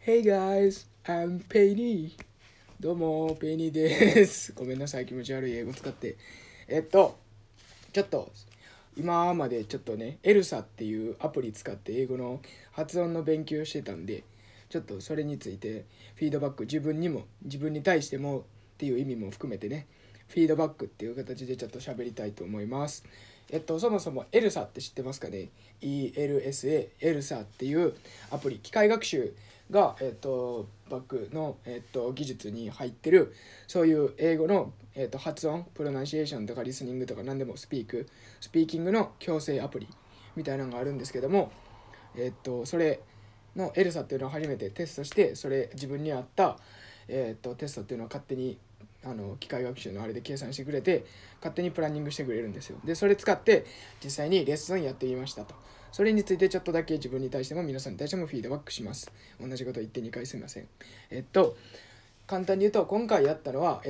Hey guys, I'm Penny. どうも、ペイニーです。ごめんなさい、気持ち悪い英語使って。ちょっと、今までちょっとね、エルサっていうアプリ使って英語の発音の勉強してたんで、ちょっとそれについてフィードバック、自分にも、自分に対してもっていう意味も含めてね、フィードバックっていう形でちょっと喋りたいと思います。そもそもエルサって知ってますかね？ ELSA、エルサっていうアプリ、機械学習が、バックの、技術に入ってる、そういう英語の、発音、プロナンシエーションとかリスニングとか何でもスピーキングの矯正アプリみたいなのがあるんですけども、それのエルサっていうのを初めてテストして、それ自分に合った、テストっていうのを勝手に機械学習のあれで計算してくれて、勝手にプランニングしてくれるんですよ。でそれ使って実際にレッスンやってみましたと。それについてちょっとだけ自分に対しても皆さんに対してもフィードバックします。同じこと言って2回すみません。簡単に言うと、今回やったのは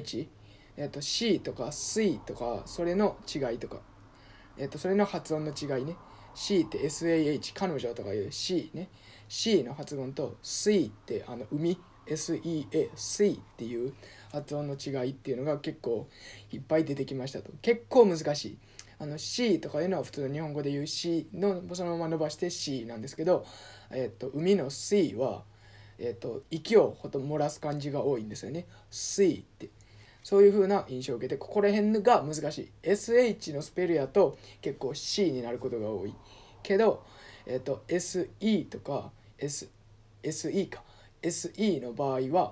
SH、C とか C とか、それの違いとか、それの発音の違いね。C って SAH、彼女とかいう C ね。C の発音と C って海、SEA、C っていう発音の違いっていうのが結構いっぱい出てきましたと。結構難しい。C とかいうのは普通の日本語で言う C のそのまま伸ばして C なんですけど、海の C は、息を漏らす感じが多いんですよね。C って。そういう風な印象を受けて、ここら辺が難しい。SH のスペルやと結構 C になることが多い。けど、SE とか、SE か。SE の場合は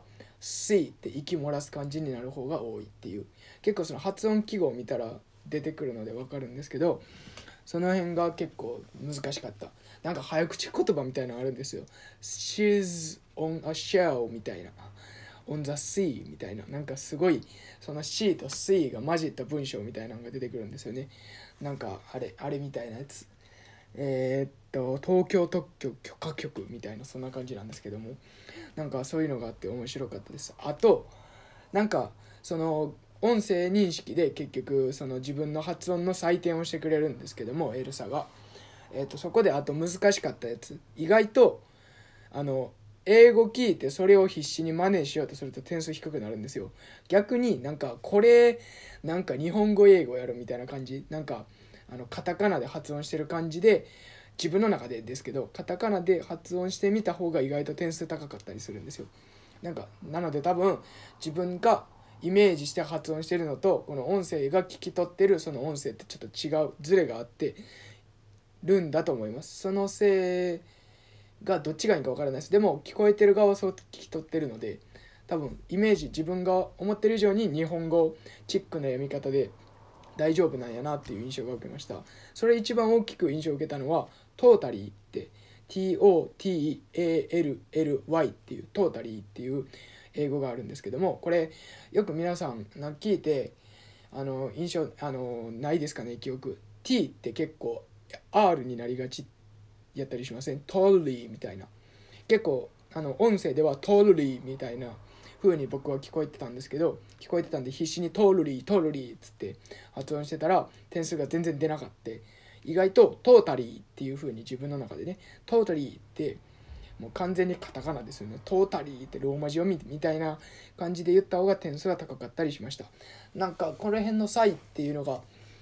C って息漏らす感じになる方が多いっていう。結構その発音記号を見たら出てくるので分かるんですけど、その辺が結構難しかった。なんか早口言葉みたいなのあるんですよ。She's on a shell みたいな。on the sea みたいな。なんかすごい、その C と C が混じった文章みたいなのが出てくるんですよね。なんかあれみたいなやつ。東京特許許可局みたいな、そんな感じなんですけども。なんかそういうのがあって面白かったです。あと、なんかその音声認識で結局その自分の発音の採点をしてくれるんですけども、エルサが、そこであと難しかったやつ、意外と英語聞いてそれを必死に真似しようとすると点数低くなるんですよ。逆になんかこれなんか日本語英語やるみたいな感じ、なんかカタカナで発音してる感じで、自分の中でですけどカタカナで発音してみた方が意外と点数高かったりするんですよ。なんかなので多分自分がイメージして発音してるのとこの音声が聞き取ってるその音声ってちょっと違うズレがあってるんだと思います。そのせいがどっちがいいか分からないです。でも聞こえてる側はそう聞き取ってるので、多分イメージ、自分が思ってる以上に日本語チックな読み方で大丈夫なんやなっていう印象が受けました。それ一番大きく印象を受けたのはトータリーって、 TOTALLY っていうトータリーっていう英語があるんですけども、これよく皆さん聞いて印象ないですかね、記憶。 T って結構 R になりがちやったりしません？トーリーみたいな、結構音声ではトールリーみたいな風に僕は聞こえてたんですけど、聞こえてたんで必死にトールリートールリーっつって発音してたら点数が全然出なかった。意外とトータリーっていう風に自分の中でね、トータリーってもう完全にカタカナですよね。トータリーってローマ字読みみたいな感じで言った方が点数が高かったりしました。なんかこの辺の差異っていうのが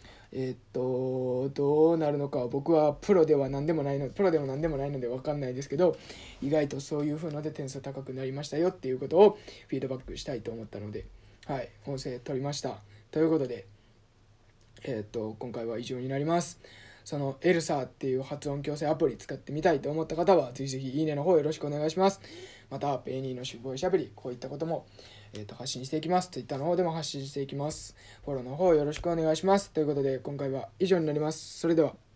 どうなるのか、僕はプロでも何でもないので分かんないですけど、意外とそういう風ので点数高くなりましたよっていうことをフィードバックしたいと思ったので、はい、音声取りました。ということで、今回は以上になります。そのエルサーっていう発音矯正アプリ使ってみたいと思った方はぜひぜひいいねの方よろしくお願いします。またペイニーのしぼりしゃべり、こういったことも、発信していきます。Twitter の方でも発信していきます。フォローの方よろしくお願いします。ということで今回は以上になります。それでは。